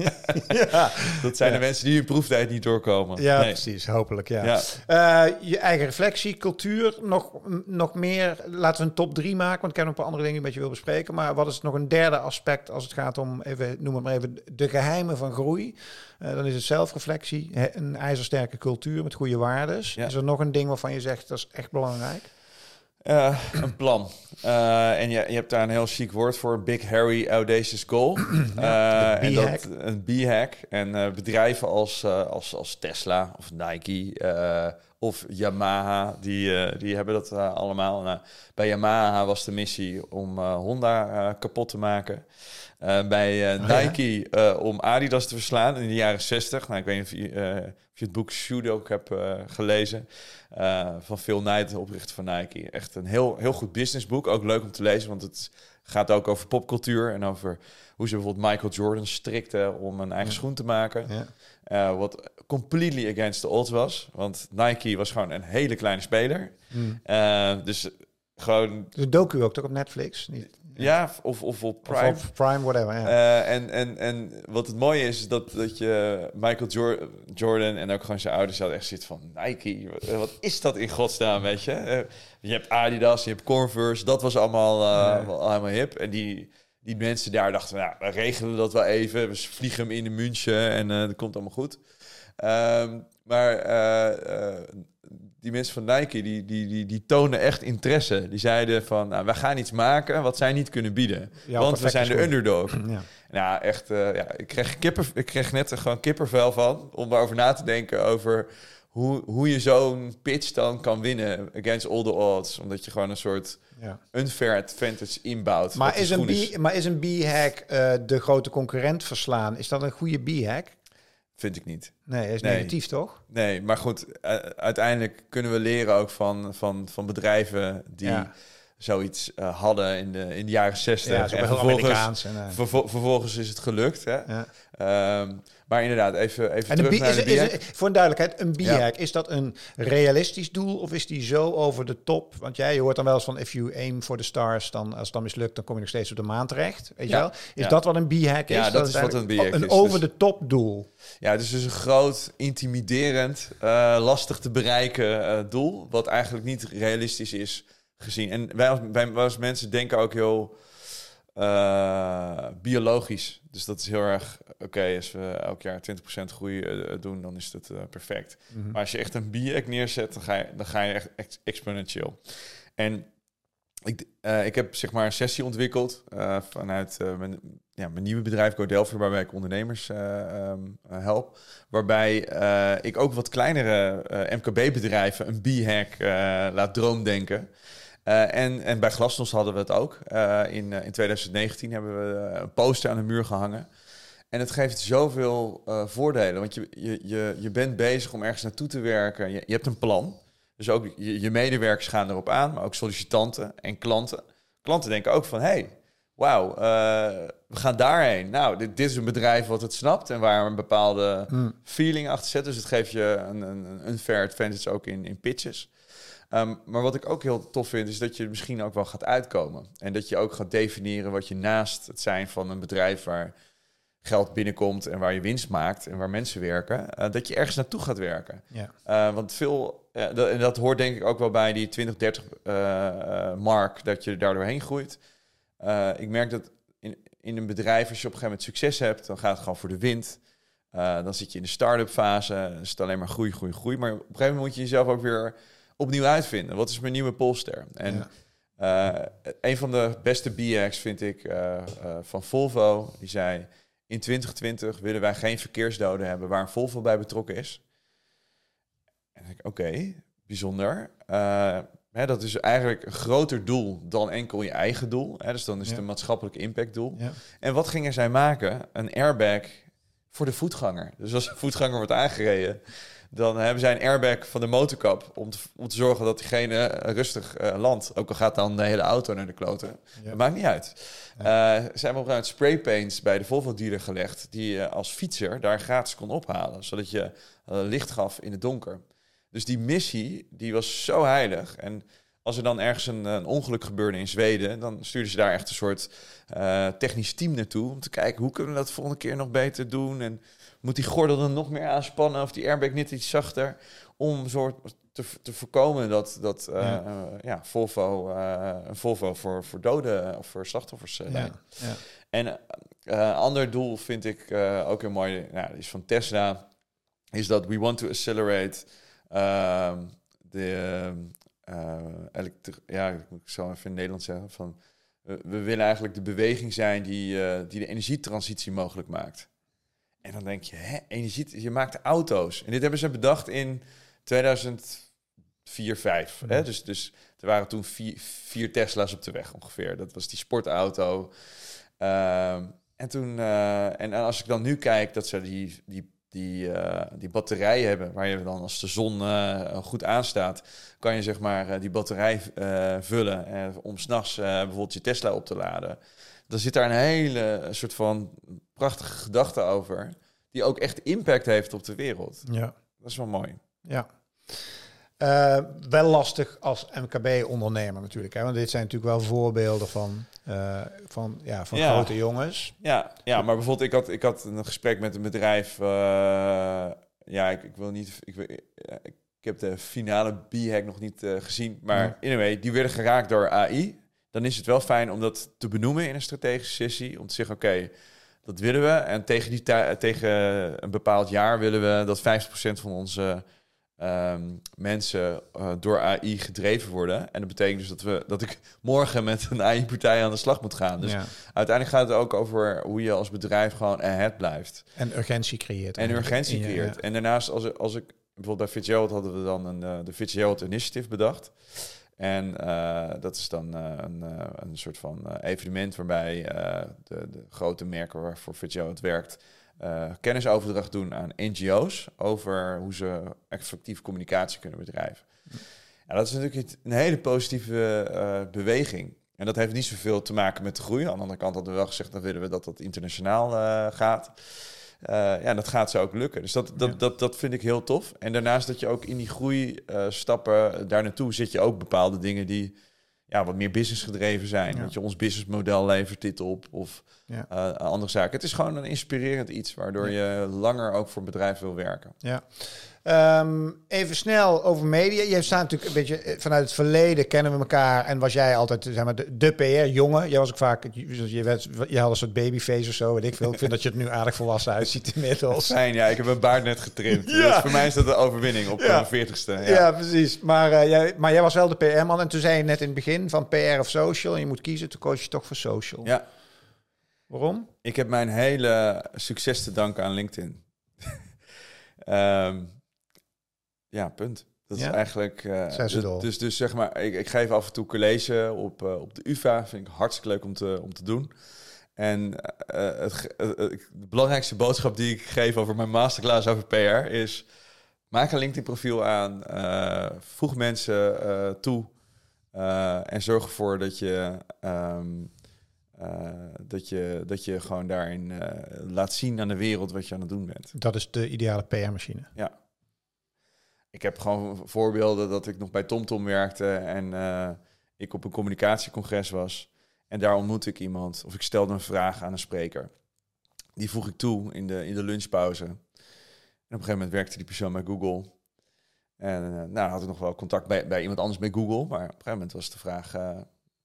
ja, dat zijn ja. de mensen die hun proeftijd niet doorkomen. Ja, nee. precies, hopelijk. Ja. Ja. Uh, je eigen reflectie, cultuur, nog, nog meer. Laten we een top drie maken, want ik heb nog een paar andere dingen die ik met je wil bespreken. Maar wat is nog een derde aspect als het gaat om, even, noem het maar even, de geheimen van groei? Uh, dan is het zelfreflectie, een ijzersterke cultuur met goede waardes. Ja. Is er nog een ding waarvan je zegt dat is echt belangrijk? Uh, een plan. Uh, en je, je hebt daar een heel chic woord voor. Big, hairy, audacious goal. Ja, uh, en dat, een B-hack. En uh, bedrijven als, uh, als, als Tesla of Nike uh, of Yamaha, die, uh, die hebben dat uh, allemaal. Nou, bij Yamaha was de missie om uh, Honda uh, kapot te maken. Uh, bij uh, oh, Nike ja? uh, om Adidas te verslaan in de jaren zestig. Nou, ik weet niet of je, uh, of je het boek Shoot ook hebt uh, gelezen. Uh, van Phil Knight, de oprichter van Nike. Echt een heel, heel goed businessboek. Ook leuk om te lezen, want het gaat ook over popcultuur en over hoe ze bijvoorbeeld Michael Jordan strikten om een eigen ja. schoen te maken. Ja. Uh, wat completely against the odds was. Want Nike was gewoon een hele kleine speler. Mm. Uh, dus gewoon... De docu ook toch op Netflix? Niet? Ja, ja of, of op Prime. Of op Prime, whatever. Ja. Uh, en, en, en wat het mooie is, is dat, dat je Michael Jor- Jordan en ook gewoon zijn ouders hadden echt zoiets van Nike. Wat, wat is dat in godsnaam, weet je? Uh, je hebt Adidas, je hebt Converse. Dat was allemaal, uh, ja. allemaal hip. En die... Die mensen daar dachten, nou, we regelen dat wel even. We vliegen hem in de München en uh, dat komt allemaal goed. Um, maar uh, uh, die mensen van Nike, die, die, die, die tonen echt interesse. Die zeiden van, nou, wij gaan iets maken wat zij niet kunnen bieden. Ja, want we zijn de underdog. Ja. Nou, echt, uh, ja, ik kreeg, kipper, ik kreeg net er gewoon kippervel van... om daarover na te denken over... Hoe, hoe je zo'n pitch dan kan winnen against all the odds. Omdat je gewoon een soort ja. unfair advantage inbouwt. Maar is, een is. B, maar is een B-hack uh, de grote concurrent verslaan? Is dat een goede B-hack? Vind ik niet. Nee, is nee. negatief toch? Nee, maar goed. Uh, uiteindelijk kunnen we leren ook van, van, van bedrijven die... Ja. zoiets uh, hadden in de, in de jaren zestig. Ja, en vervolgens, en, uh, vervol- vervolgens is het gelukt. Hè? Ja. Um, maar inderdaad, even, even en terug een naar is, de is, is, Voor een duidelijkheid, een B-hack, ja. is dat een realistisch doel of is die zo over de top? Want jij, je hoort dan wel eens van, if you aim for the stars, dan, als het dan mislukt, dan kom je nog steeds op de maan terecht. Weet ja. je wel? Is ja. dat wat een B-hack is? Ja, dat, dat is wat een B-hack is. Een over de top doel. Ja, het is dus een groot, intimiderend, uh, lastig te bereiken uh, doel, wat eigenlijk niet realistisch is gezien. En wij als, wij als mensen denken ook heel uh, biologisch. Dus dat is heel erg, oké, okay, als we elk jaar twintig procent groei uh, doen, dan is dat uh, perfect. Mm-hmm. Maar als je echt een B-hack neerzet, dan ga je, dan ga je echt ex- exponentieel. En ik, uh, ik heb zeg maar een sessie ontwikkeld uh, vanuit uh, mijn, ja, mijn nieuwe bedrijf GoDelphi, waarbij ik ondernemers uh, um, help. Waarbij uh, ik ook wat kleinere uh, M K B-bedrijven een B-hack uh, laat droomdenken. Uh, en, en bij Glasnost hadden we het ook. Uh, in, uh, in twintig negentien hebben we een poster aan de muur gehangen. En het geeft zoveel uh, voordelen. Want je, je, je, je bent bezig om ergens naartoe te werken. Je, je hebt een plan. Dus ook je, je medewerkers gaan erop aan. Maar ook sollicitanten en klanten. Klanten denken ook van... hey, wauw, uh, we gaan daarheen. Nou, dit, dit is een bedrijf wat het snapt. En waar een bepaalde hmm. feeling achter zit. Dus het geeft je een, een, een unfair advantage ook in, in pitches. Um, maar wat ik ook heel tof vind, is dat je misschien ook wel gaat uitkomen. En dat je ook gaat definiëren wat je naast het zijn van een bedrijf waar geld binnenkomt en waar je winst maakt en waar mensen werken, uh, dat je ergens naartoe gaat werken. Ja. Uh, want veel, uh, dat, en dat hoort denk ik ook wel bij die twintig dertig uh, uh, mark, dat je daar doorheen groeit. Uh, ik merk dat in, in een bedrijf, als je op een gegeven moment succes hebt, dan gaat het gewoon voor de wind. Uh, dan zit je in de start-up fase, dan is het alleen maar groei, groei, groei. Maar op een gegeven moment moet je jezelf ook weer opnieuw uitvinden. Wat is mijn nieuwe polster? En ja. uh, een van de beste B-hacks vind ik uh, uh, van Volvo. Die zei, in twintig twintig willen wij geen verkeersdoden hebben waar een Volvo bij betrokken is. En ik, oké, okay, bijzonder. Uh, hè, dat is eigenlijk een groter doel dan enkel je eigen doel. Hè, dus dan is het ja. een maatschappelijk impactdoel. Ja. En wat gingen zij maken? Een airbag voor de voetganger. Dus als een voetganger wordt aangereden, dan hebben zij een airbag van de motorkap om te, om te zorgen dat diegene rustig uh, landt. Ook al gaat dan de hele auto naar de kloten. Ja. Dat maakt niet uit. Ja. Uh, ze hebben op een spraypaints bij de Volvo-dealer gelegd die je uh, als fietser daar gratis kon ophalen. Zodat je uh, licht gaf in het donker. Dus die missie, die was zo heilig. En als er dan ergens een, een ongeluk gebeurde in Zweden, dan stuurden ze daar echt een soort uh, technisch team naartoe om te kijken hoe kunnen we dat de volgende keer nog beter doen. En moet die gordel dan nog meer aanspannen of die airbag net iets zachter, om soort te, te voorkomen dat, dat uh, ja. Uh, ja, Volvo, uh, een Volvo voor, voor doden of voor slachtoffers uh, leidt. Ja. Ja. En een uh, ander doel vind ik uh, ook heel mooi, nou, is van Tesla, is dat we want to accelerate uh, de uh, elektri- ja, ik zal even in het Nederlands zeggen, van uh, we willen eigenlijk de beweging zijn die, uh, die de energietransitie mogelijk maakt. En dan denk je, hè, energie, je maakt auto's. En dit hebben ze bedacht in twintig vier, vijf. Mm. Hè? Dus, dus er waren toen vier, vier Tesla's op de weg ongeveer. Dat was die sportauto. Uh, en toen, uh, en, en als ik dan nu kijk dat ze die, die, die, uh, die batterijen hebben, waar je dan als de zon uh, goed aanstaat, kan je zeg maar uh, die batterij uh, vullen uh, om 's nachts uh, bijvoorbeeld je Tesla op te laden. Dan zit daar een hele soort van prachtige gedachte over, die ook echt impact heeft op de wereld. Ja. Dat is wel mooi. Ja. Uh, wel lastig als M K B-ondernemer natuurlijk. Hè? Want dit zijn natuurlijk wel voorbeelden van, uh, van, ja, van ja. grote jongens. Ja, ja, maar bijvoorbeeld ik had, ik had een gesprek met een bedrijf. Uh, ja, ik, ik wil niet... Ik, wil, ik heb de finale B-hack nog niet uh, gezien. Maar ja. anyway, die werden geraakt door A I. Dan is het wel fijn om dat te benoemen in een strategische sessie. Om te zeggen, oké, okay, dat willen we. En tegen, die ta- tegen een bepaald jaar willen we dat vijftig procent van onze... Um, mensen uh, door A I gedreven worden. En dat betekent dus dat, we, dat ik morgen met een A I-partij aan de slag moet gaan. Dus ja. uiteindelijk gaat het ook over hoe je als bedrijf gewoon ahead blijft. En urgentie creëert. En urgentie ja, creëert. Ja. En daarnaast, als, als ik bijvoorbeeld bij Fitzgerald hadden we dan een, uh, de Fitzgerald Initiative bedacht. En uh, dat is dan uh, een, uh, een soort van uh, evenement waarbij uh, de, de grote merken waarvoor Fitzgerald werkt... Uh, kennisoverdracht doen aan N G O's over hoe ze effectief communicatie kunnen bedrijven. Ja, dat is natuurlijk een hele positieve uh, beweging. En dat heeft niet zoveel te maken met de groei. Aan de andere kant hadden we wel gezegd, dan willen we dat dat internationaal uh, gaat. Uh, ja, dat gaat zo ook lukken. Dus dat, dat, ja. dat, dat vind ik heel tof. En daarnaast dat je ook in die groeistappen uh, daar naartoe zit je ook bepaalde dingen die ja, wat meer business gedreven zijn. Ja. Dat je ons businessmodel levert dit op of ja. uh, andere zaken. Het is gewoon een inspirerend iets waardoor ja. je langer ook voor een bedrijf wil werken. Ja. Um, even snel over media. Je staat natuurlijk een beetje vanuit het verleden kennen we elkaar en was jij altijd zeg maar de, de P R-jongen. Jij was ook vaak, je, werd, je had een soort babyface of zo, weet ik veel. Ik vind dat je het nu aardig volwassen uitziet inmiddels. Fijn, ja. Ik heb mijn baard net getrimd. Ja. Dus voor mij is dat een overwinning op ja. de veertigste. Ja, ja precies. Maar, uh, jij, maar jij was wel de P R-man en toen zei je net in het begin van P R of social en je moet kiezen, toen koos je toch voor social. Ja. Waarom? Ik heb mijn hele succes te danken aan LinkedIn. um, Ja, punt. Dat ja? is eigenlijk... Uh, dus, dus, dus zeg maar, ik, ik geef af en toe college op, uh, op de U vA. Vind ik hartstikke leuk om te, om te doen. En uh, het, uh, de belangrijkste boodschap die ik geef over mijn masterclass over P R is... maak een LinkedIn-profiel aan. Uh, voeg mensen uh, toe. Uh, en zorg ervoor dat je... Um, Uh, dat, je, dat je gewoon daarin uh, laat zien aan de wereld wat je aan het doen bent. Dat is de ideale P R-machine. Ja. Ik heb gewoon voorbeelden dat ik nog bij TomTom werkte en uh, ik op een communicatiecongres was. En daar ontmoette ik iemand, of ik stelde een vraag aan een spreker. Die voeg ik toe in de, in de lunchpauze. En op een gegeven moment werkte die persoon bij Google. En uh, nou had ik nog wel contact bij, bij iemand anders bij Google. Maar op een gegeven moment was de vraag... Uh,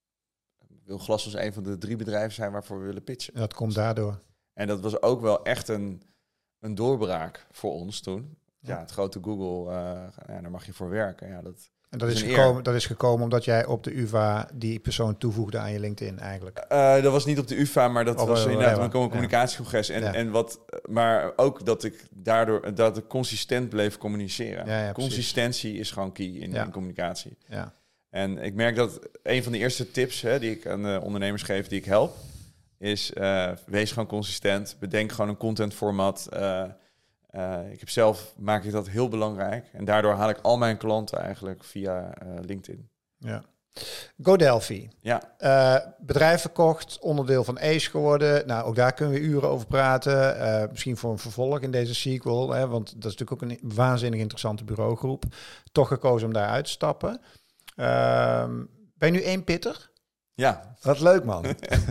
wil Glassos een van de drie bedrijven zijn waarvoor we willen pitchen? Dat komt daardoor. En dat was ook wel echt een, een doorbraak voor ons toen. Ja, ja het grote Google, uh, ja, daar mag je voor werken. Ja, dat, en dat is, is gekomen, dat is gekomen omdat jij op de U vA die persoon toevoegde aan je LinkedIn eigenlijk? Uh, dat was niet op de U vA, maar dat of, was uh, inderdaad ja, een communicatiecongres. En, ja. en wat, maar ook dat ik daardoor dat ik consistent bleef communiceren. Ja, ja, Consistentie is gewoon key in, ja. in communicatie. Ja. En ik merk dat een van de eerste tips hè, die ik aan de ondernemers geef, die ik help, is uh, wees gewoon consistent. Bedenk gewoon een contentformat. Uh, uh, ik heb zelf, maak ik dat heel belangrijk. En daardoor haal ik al mijn klanten eigenlijk via uh, LinkedIn. Ja. GoDelphi. Ja. Uh, bedrijf verkocht, onderdeel van Ace geworden. Nou, ook daar kunnen we uren over praten. Uh, misschien voor een vervolg in deze sequel. Hè, want dat is natuurlijk ook een waanzinnig interessante bureaugroep. Toch gekozen om daar uit te stappen. Uh, ben je nu één pitter? Ja. Wat leuk, man.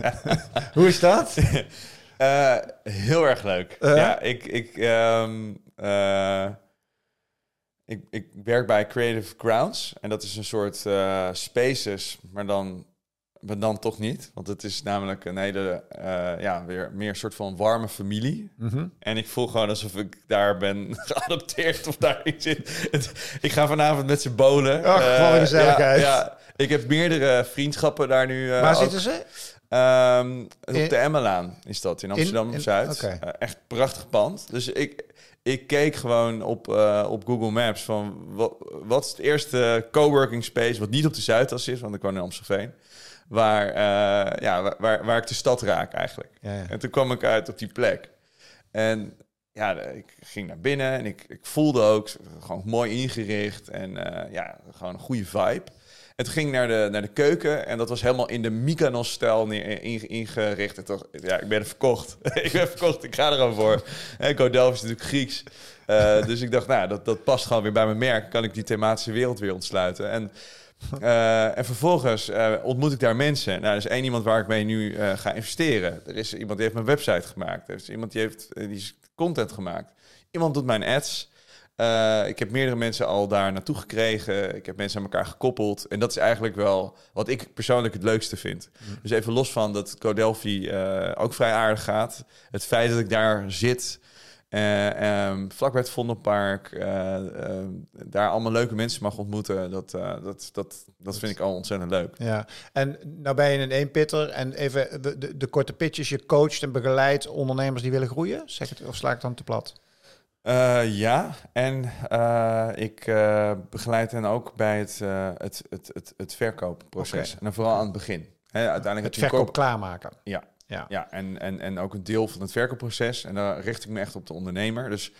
Hoe is dat? uh, heel erg leuk. Uh? Ja, ik, ik, um, uh, ik, ik werk bij Creative Grounds. En dat is een soort uh, spaces, maar dan, maar dan toch niet. Want het is namelijk een hele, uh, ja, weer meer een soort van warme familie. Mm-hmm. En ik voel gewoon alsof ik daar ben geadopteerd of daar iets in. Ik ga vanavond met ze bowlen. Ach, uh, wat een gezelligheid. Ja, ja, ik heb meerdere vriendschappen daar nu. Uh, Waar ook. zitten ze? Um, op In- de Emmelaan is dat, in Amsterdam-Zuid. oké. Uh, echt prachtig pand. Dus ik, ik keek gewoon op, uh, op Google Maps van... Wat, wat is het eerste coworking space wat niet op de Zuidas is? Want ik woon in Amstelveen. Waar, uh, ja, waar, waar, waar ik de stad raak eigenlijk. Ja, ja. En toen kwam ik uit op die plek. En ja, de- ik ging naar binnen en ik, ik voelde ook gewoon mooi ingericht. En uh, ja, gewoon een goede vibe. En toen ging ik naar de, naar de keuken en dat was helemaal in de Mykonos-stijl neer- in- ingericht. En toch, ja, ik ben er verkocht. ik ben verkocht, ik ga er al voor. En GoDelphi is natuurlijk Grieks. Uh, dus ik dacht, nou, dat, dat past gewoon weer bij mijn merk. Kan ik die thematische wereld weer ontsluiten. En, uh, en vervolgens uh, ontmoet ik daar mensen. Nou, er is één iemand waar ik mee nu uh, ga investeren. Er is iemand die heeft mijn website gemaakt. Er is iemand die heeft uh, die is content gemaakt. Iemand doet mijn ads. Uh, ik heb meerdere mensen al daar naartoe gekregen. Ik heb mensen aan elkaar gekoppeld. En dat is eigenlijk wel wat ik persoonlijk het leukste vind. Mm. Dus even los van dat GoDelphi uh, ook vrij aardig gaat. Het feit dat ik daar zit, uh, um, vlakbij het Vondelpark, uh, uh, daar allemaal leuke mensen mag ontmoeten. Dat, uh, dat, dat, dat vind ik al ontzettend leuk. Ja, en nou ben je een eenpitter en even de, de, de korte pitches. Je coacht en begeleidt ondernemers die willen groeien. Zeg het, of sla ik het dan te plat? Uh, ja, en uh, ik uh, begeleid hen ook bij het, uh, het, het, het, het verkoopproces. Okay. En vooral aan het begin. He, uiteindelijk het verkoop corp- klaarmaken. Ja, ja. ja en, en, en ook een deel van het verkoopproces. En daar richt ik me echt op de ondernemer. Dus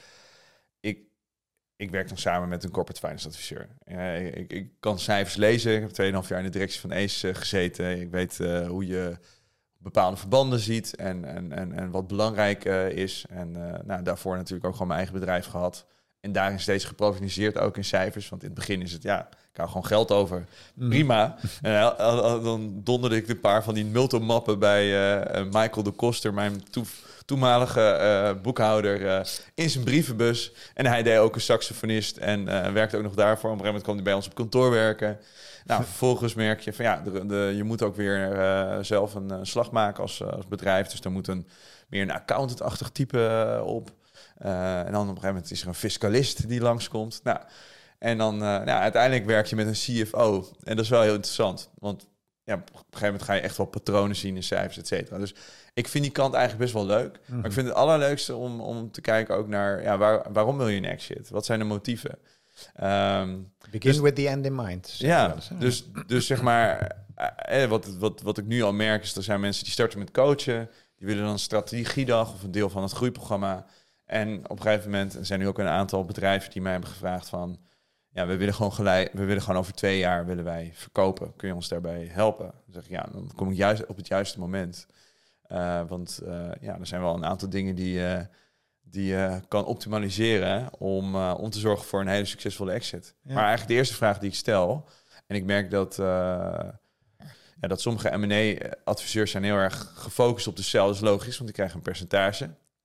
ik, ik werk dan samen met een corporate finance adviseur. Uh, ik, ik kan cijfers lezen. Ik heb twee en een half jaar in de directie van Ace uh, gezeten. Ik weet uh, hoe je bepaalde verbanden ziet en, en, en, en wat belangrijk uh, is. En uh, nou, daarvoor natuurlijk ook gewoon mijn eigen bedrijf gehad. En daarin steeds geprofessionaliseerd ook in cijfers. Want in het begin is het, ja, ik hou gewoon geld over. Mm. Prima. En uh, uh, dan donderde ik een paar van die multomappen bij uh, Michael de Koster, mijn toe, toenmalige uh, boekhouder, uh, in zijn brievenbus. En hij deed ook een saxofonist en uh, werkte ook nog daarvoor. Op een gegeven moment kwam hij bij ons op kantoor werken. Nou, vervolgens merk je van ja, de, de, je moet ook weer uh, zelf een uh, slag maken als, uh, als bedrijf. Dus dan moet een meer een accountant-achtig type uh, op. Uh, en dan op een gegeven moment is er een fiscalist die langskomt. Nou, en dan uh, nou, uiteindelijk werk je met een C F O. En dat is wel heel interessant. Want ja, op een gegeven moment ga je echt wel patronen zien in cijfers, et cetera. Dus ik vind die kant eigenlijk best wel leuk. Mm-hmm. Maar ik vind het allerleukste om, om te kijken ook naar ja, waar, waarom wil je een exit? Wat zijn de motieven? Um, Begin dus, with the end in mind. Ja, dus, dus zeg maar, eh, wat, wat, wat ik nu al merk is, er zijn mensen die starten met coachen, die willen dan een strategiedag of een deel van het groeiprogramma. En op een gegeven moment er zijn nu ook een aantal bedrijven die mij hebben gevraagd van, ja, we willen gewoon gelijk, we willen gewoon over twee jaar willen wij verkopen. Kun je ons daarbij helpen? Dan zeg ik, ja, dan kom ik juist op het juiste moment. Uh, want uh, ja, er zijn wel een aantal dingen die uh, die je kan optimaliseren om, uh, om te zorgen voor een hele succesvolle exit. Ja. Maar eigenlijk de eerste vraag die ik stel, en ik merk dat, uh, ja, dat sommige M en A-adviseurs zijn heel erg gefocust op de cel, dat is logisch, want die krijgen een percentage.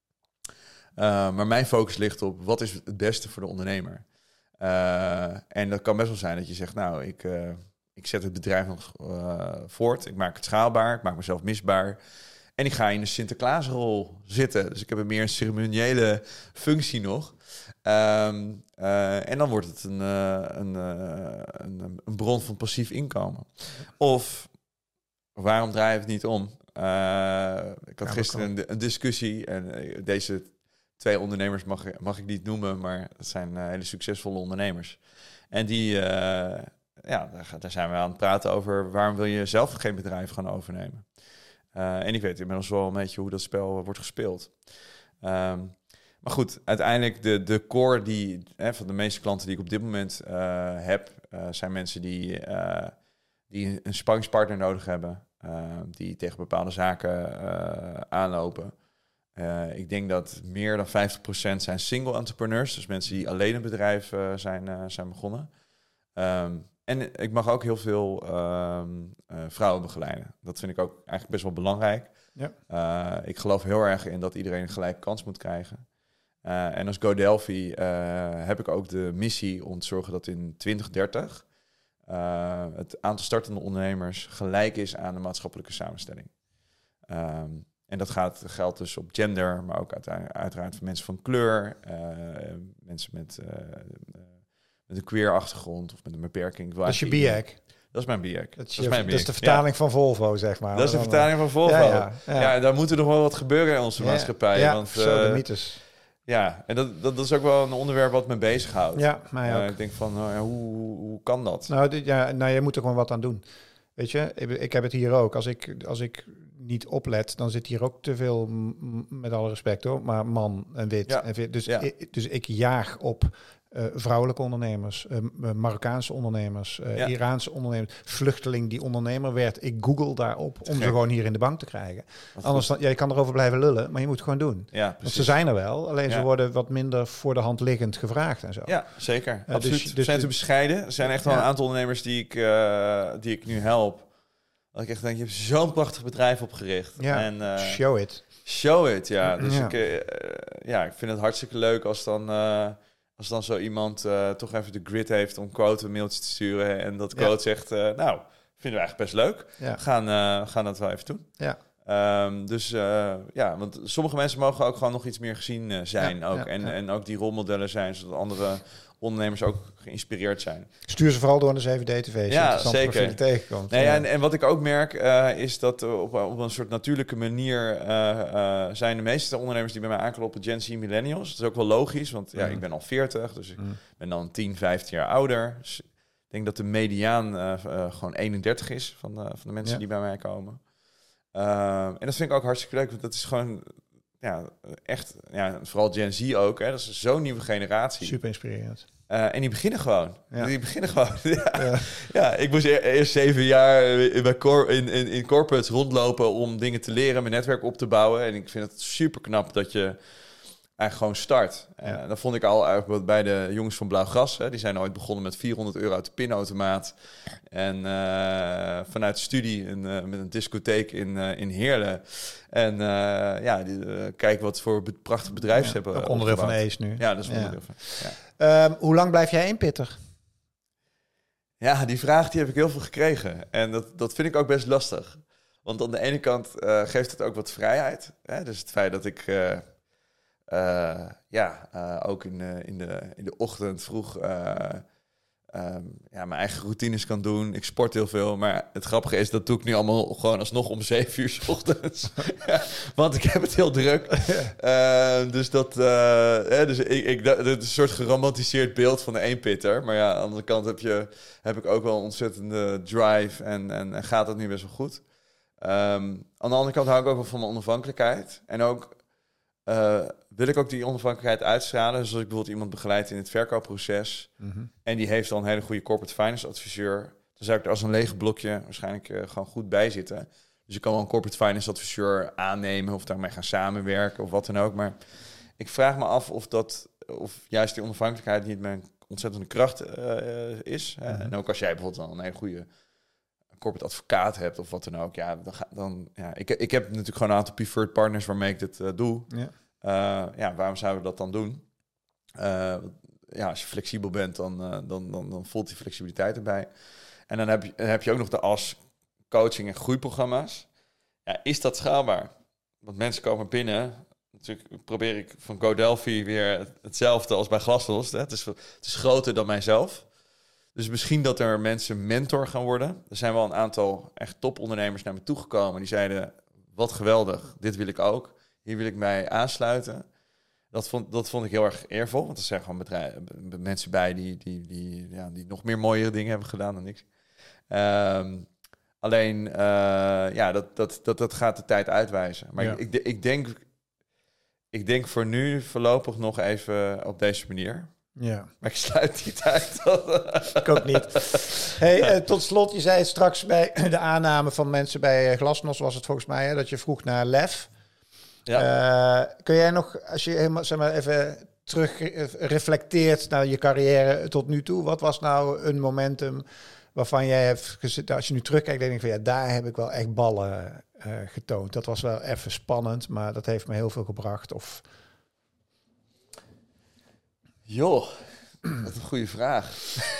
Uh, maar mijn focus ligt op wat is het beste voor de ondernemer. Uh, en dat kan best wel zijn dat je zegt, nou, ik, uh, ik zet het bedrijf nog uh, voort, ik maak het schaalbaar, ik maak mezelf misbaar. En ik ga in de Sinterklaasrol zitten. Dus ik heb een meer een ceremoniële functie nog. Um, uh, en dan wordt het een, uh, een, uh, een, een bron van passief inkomen. Of, waarom draai je het niet om? Uh, ik had ja, gisteren een, een discussie. En uh, deze twee ondernemers mag, mag ik niet noemen. Maar dat zijn uh, hele succesvolle ondernemers. En die, uh, ja, daar, daar zijn we aan het praten over. Waarom wil je zelf geen bedrijf gaan overnemen? Uh, en ik weet inmiddels wel een beetje hoe dat spel uh, wordt gespeeld. Um, maar goed, uiteindelijk de, de core die, hè, van de meeste klanten die ik op dit moment uh, heb, uh, zijn mensen die, uh, die een sparringspartner nodig hebben, uh, die tegen bepaalde zaken uh, aanlopen. Uh, ik denk dat meer dan vijftig procent zijn single entrepreneurs, dus mensen die alleen een bedrijf uh, zijn, uh, zijn begonnen. Um, En ik mag ook heel veel uh, uh, vrouwen begeleiden. Dat vind ik ook eigenlijk best wel belangrijk. Ja. Uh, ik geloof heel erg in dat iedereen een gelijke kans moet krijgen. Uh, en als GoDelphi uh, heb ik ook de missie om te zorgen dat in twintig dertig uh, het aantal startende ondernemers gelijk is aan de maatschappelijke samenstelling. Um, en dat gaat, geldt dus op gender, maar ook uiteraard, uiteraard voor mensen van kleur, uh, mensen met... Uh, met een queer achtergrond of met een beperking. Dat is je B I A C. Dat is mijn B I A C. Dat Dat is, is je, mijn B I A C. dat is de vertaling ja. van Volvo, zeg maar. Dat is de vertaling van Volvo. Ja, ja, ja. ja, daar moet er nog wel wat gebeuren in onze ja, maatschappij. Ja, want, zo de uh, mythes. Ja, en dat, dat, dat is ook wel een onderwerp wat me bezighoudt. Ja, mij ook. Uh, ik denk van, uh, hoe, hoe, hoe kan dat? Nou, dit, ja, nou, je moet er gewoon wat aan doen. Weet je, ik, ik heb het hier ook. Als ik, als ik niet oplet, dan zit hier ook te veel, m- met alle respect hoor, maar man en wit. Ja. En wit. Dus, Ja. ik, dus ik jaag op uh, vrouwelijke ondernemers, uh, Marokkaanse ondernemers, uh, ja. Iraanse ondernemers, vluchteling die ondernemer werd. Ik google daarop om ze gewoon hier in de bank te krijgen. Wat Anders dan, ja, je kan erover blijven lullen, maar je moet het gewoon doen. Ja, Want ze zijn er wel, alleen ja. ze worden wat minder voor de hand liggend gevraagd en zo. Ja, zeker. Uh, Absoluut. Dus, dus zijn te bescheiden. Er zijn echt wel ja. een aantal ondernemers die ik, uh, die ik nu help. Dat ik echt denk, je hebt zo'n prachtig bedrijf opgericht. Ja, en, uh, show it. Show it, ja. Dus ja. Ik, uh, ja, ik vind het hartstikke leuk als dan, uh, als dan zo iemand uh, toch even de grit heeft om quote een mailtje te sturen. En dat quote ja. zegt, uh, nou, vinden we eigenlijk best leuk. Ja. Gaan, uh, gaan dat wel even doen. Ja. Um, dus uh, ja, want sommige mensen mogen ook gewoon nog iets meer gezien uh, zijn. Ja, ook. Ja, en, ja. en ook die rolmodellen zijn, zodat andere ondernemers ook geïnspireerd zijn. Stuur ze vooral door naar zeven D T V. Ja, zeker. Tegenkomt. Nee, ja. en, en wat ik ook merk uh, is dat uh, op, op een soort natuurlijke manier uh, uh, zijn de meeste ondernemers die bij mij aankloppen Gen Z millennials. Dat is ook wel logisch, want ja, mm. ik ben al veertig, dus ik mm. ben dan tien, vijftien jaar ouder. Dus ik denk dat de mediaan uh, uh, gewoon eenendertig is van de, van de mensen ja. die bij mij komen. Uh, en dat vind ik ook hartstikke leuk, want dat is gewoon ja, echt, ja, vooral Gen Z ook, hè, dat is zo'n nieuwe generatie. Super inspirerend. Uh, en die beginnen gewoon. Ja. Die beginnen gewoon. ja. Ja. ja, ik moest e- eerst zeven jaar in, cor- in, in, in corporates rondlopen om dingen te leren, mijn netwerk op te bouwen. En ik vind het super knap dat je eigenlijk gewoon start. Ja. Uh, dat vond ik al eigenlijk bij de jongens van Blauw Gras. Hè. Die zijn ooit begonnen met vierhonderd euro uit de pinautomaat. En uh, vanuit de studie een, uh, met een discotheek in, uh, in Heerlen. En uh, ja, die, uh, kijk wat voor be- prachtig bedrijf ze ja, hebben. Ook onderdeel van Ace nu. Ja, dat is onderdeel ja. van. Ja. Um, hoe lang blijf jij eenpitter? Ja, die vraag die heb ik heel veel gekregen. En dat, dat vind ik ook best lastig. Want aan de ene kant uh, geeft het ook wat vrijheid. Hè? Dus het feit dat ik... Uh, Uh, ja, uh, ook in, uh, in, de, in de ochtend vroeg uh, um, ja, mijn eigen routines kan doen. Ik sport heel veel, maar het grappige is, dat doe ik nu allemaal gewoon alsnog om zeven uur 's ochtends. ja, want ik heb het heel druk. Uh, dus dat, uh, hè, dus ik, ik, dat, dat is een soort geromantiseerd beeld van de eenpitter. Maar ja, aan de andere kant heb, je, heb ik ook wel een ontzettende drive en, en, en gaat dat nu best wel goed. Um, aan de andere kant hou ik ook wel van mijn onafhankelijkheid. En ook... Uh, wil ik ook die onafhankelijkheid uitstralen. Dus als ik bijvoorbeeld iemand begeleid in het verkoopproces... Mm-hmm. en die heeft dan een hele goede corporate finance adviseur... dan zou ik er als een leeg blokje waarschijnlijk uh, gewoon goed bij zitten. Dus ik kan wel een corporate finance adviseur aannemen... of daarmee gaan samenwerken of wat dan ook. Maar ik vraag me af of dat... of juist die onafhankelijkheid niet mijn ontzettende kracht uh, is. Mm-hmm. En ook als jij bijvoorbeeld dan een hele goede... corporate advocaat hebt of wat dan ook, ja, dan, ga, dan ja, ik, ik heb natuurlijk gewoon een aantal preferred partners waarmee ik dit uh, doe. Ja. Uh, ja, waarom zouden we dat dan doen? Uh, ja, als je flexibel bent, dan, uh, dan, dan, dan voelt die flexibiliteit erbij. En dan heb je, dan heb je ook nog de as coaching en groeiprogramma's. Ja, is dat schaalbaar? Want mensen komen binnen. Natuurlijk probeer ik van GoDelphi weer hetzelfde als bij Glasslos. Het is, het is groter dan mijzelf. Dus misschien dat er mensen mentor gaan worden. Er zijn wel een aantal echt topondernemers naar me toegekomen. Die zeiden, wat geweldig, dit wil ik ook. Hier wil ik mij aansluiten. Dat vond, dat vond ik heel erg eervol. Want er zijn gewoon bedrijven, mensen bij die, die, die, ja, die nog meer mooiere dingen hebben gedaan dan ik. Um, alleen, uh, ja, dat, dat, dat, dat gaat de tijd uitwijzen. Maar ja. ik, ik, denk, ik denk voor nu voorlopig nog even op deze manier... Ja. Maar ik sluit niet uit. Ik ook niet. Hey, uh, tot slot, je zei het straks bij de aanname van mensen bij Glasnos, was het volgens mij, hè, dat je vroeg naar lef. Ja. Uh, kun jij nog, als je helemaal, zeg maar, even terug reflecteert naar je carrière tot nu toe, wat was nou een momentum waarvan jij hebt gezeten, als je nu terugkijkt, denk ik van ja, daar heb ik wel echt ballen uh, getoond. Dat was wel even spannend, maar dat heeft me heel veel gebracht. Of... Joh, wat een goede vraag.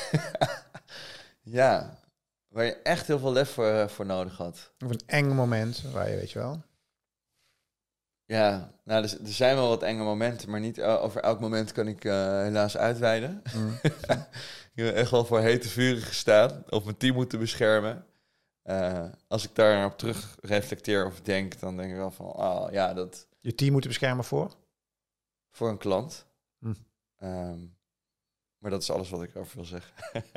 Ja, waar je echt heel veel lef voor, voor nodig had. Of een eng moment, waar je, weet je wel. Ja, nou, er, er zijn wel wat enge momenten, maar niet over elk moment kan ik uh, helaas uitweiden. Mm. Ik heb echt wel voor hete vuren gestaan, of mijn team moeten beschermen. Uh, als ik daarop terug reflecteer of denk, dan denk ik wel van, oh ja, dat... Je team moeten beschermen voor? Voor een klant. Mm. Um, maar dat is alles wat ik over wil zeggen.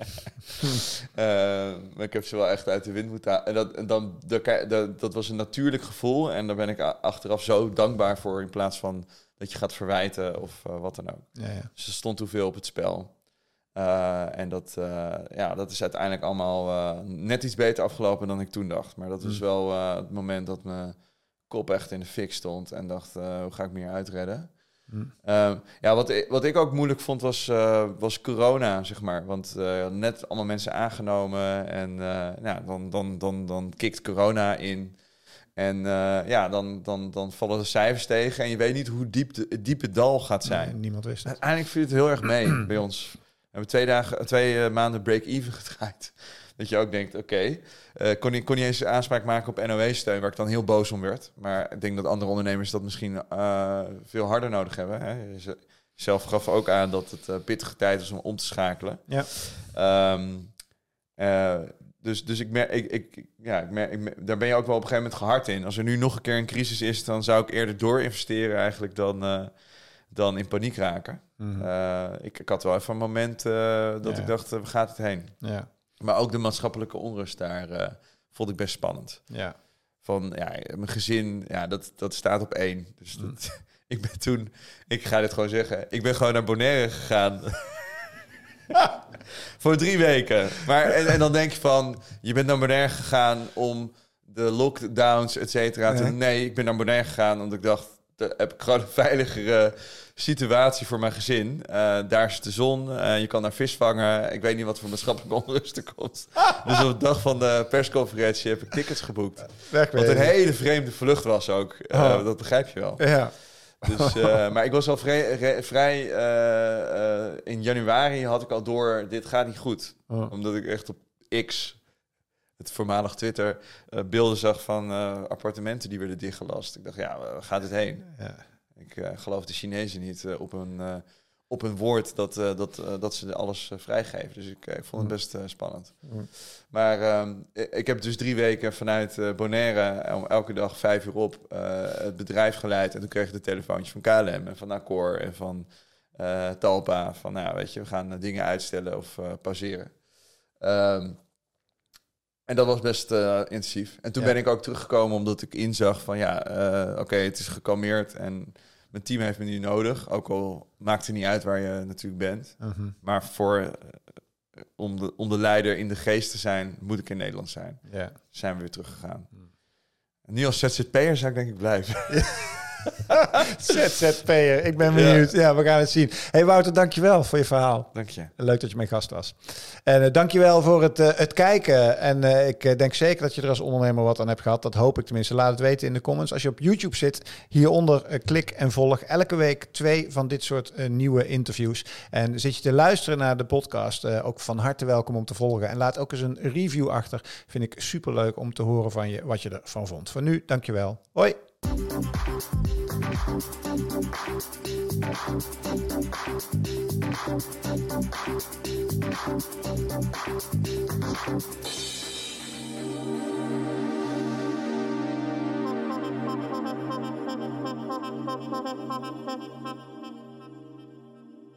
uh, maar ik heb ze wel echt uit de wind moeten halen. En, dat, en dan, dat, dat, dat was een natuurlijk gevoel. En daar ben ik achteraf zo dankbaar voor, in plaats van dat je gaat verwijten of uh, wat dan ook. Ja, ja. Dus er stond te veel op het spel. Uh, en dat, uh, ja, dat is uiteindelijk allemaal uh, net iets beter afgelopen dan ik toen dacht. Maar dat was mm. wel uh, het moment dat mijn kop echt in de fik stond. En dacht, uh, hoe ga ik me hier uitredden? Hmm. Uh, ja, wat ik, wat ik ook moeilijk vond was, uh, was corona, zeg maar. Want uh, net allemaal mensen aangenomen en uh, nou, dan, dan, dan, dan kikt corona in. En uh, ja, dan, dan, dan vallen de cijfers tegen en je weet niet hoe diep de, het diepe dal gaat zijn. Nee, niemand wist het. Uiteindelijk viel het heel erg mee bij ons. We hebben twee, dagen, twee uh, maanden break-even gedraaid. Dat je ook denkt, oké, okay, uh, kon, kon niet eens aanspraak maken op N O W-steun, waar ik dan heel boos om werd. Maar ik denk dat andere ondernemers dat misschien uh, veel harder nodig hebben. Hè? Je zelf gaf ook aan dat het uh, pittige tijd is om om te schakelen. Ja. Um, uh, dus dus ik merk, ik, ik, ja, ik merk, ik, daar ben je ook wel op een gegeven moment gehard in. Als er nu nog een keer een crisis is, dan zou ik eerder door investeren eigenlijk dan, uh, dan in paniek raken. Mm-hmm. Uh, ik, ik had wel even een moment uh, dat ja. ik dacht, uh, waar gaat het heen? Ja. Maar ook de maatschappelijke onrust daar uh, vond ik best spannend. Ja. Van, ja, mijn gezin, ja, dat, dat staat op één. Dus Mm. dat, ik ben toen, ik ga dit gewoon zeggen, ik ben gewoon naar Bonaire gegaan. Voor drie weken. Maar, en, en dan denk je van, je bent naar Bonaire gegaan om de lockdowns, et cetera. Ja. Nee, ik ben naar Bonaire gegaan omdat ik dacht, daar heb ik gewoon een veiligere situatie voor mijn gezin. Uh, daar is de zon, uh, je kan daar vis vangen. Ik weet niet wat voor maatschappelijke onrust er komt. Dus op de dag van de persconferentie heb ik tickets geboekt. Wat een hele vreemde vlucht was ook. Uh, oh. Dat begrijp je wel. Ja. Dus, uh, maar ik was al vrij, re, vrij uh, uh, in januari had ik al door, dit gaat niet goed. Oh. Omdat ik echt op X, het voormalig Twitter, uh, beelden zag van uh, appartementen die werden dichtgelast. Ik dacht, ja, waar gaat het heen? Ja. Ik uh, geloof de Chinezen niet uh, op, een, uh, op een woord dat, uh, dat, uh, dat ze alles uh, vrijgeven. Dus ik, uh, ik vond het best uh, spannend. Mm. Maar um, ik heb dus drie weken vanuit uh, Bonaire om elke dag vijf uur op uh, het bedrijf geleid. En toen kreeg ik de telefoontjes van K L M en van Accor en van uh, Talpa. Van, nou, weet je, we gaan uh, dingen uitstellen of uh, pauzeren. Um, En dat was best uh, intensief. En toen ja. ben ik ook teruggekomen omdat ik inzag van ja, uh, oké, okay, het is gekalmeerd en mijn team heeft me nu nodig. Ook al maakt het niet uit waar je natuurlijk bent. Uh-huh. Maar voor, uh, om, de, om de leider in de geest te zijn, moet ik in Nederland zijn. Ja. Zijn we weer teruggegaan. Uh-huh. Nu als Z Z P'er zou ik denk ik blijven. Z Z P'er, ik ben benieuwd. Ja. ja, we gaan het zien. Hey Wouter, dankjewel voor je verhaal. Dank je. Leuk dat je mijn gast was. En uh, dankjewel voor het, uh, het kijken. En uh, ik uh, denk zeker dat je er als ondernemer wat aan hebt gehad. Dat hoop ik tenminste. Laat het weten in de comments. Als je op YouTube zit, hieronder uh, klik en volg. Elke week twee van dit soort uh, nieuwe interviews. En zit je te luisteren naar de podcast, uh, ook van harte welkom om te volgen. En laat ook eens een review achter. Vind ik superleuk om te horen van je wat je ervan vond. Voor nu, dankjewel. Hoi. Thank you.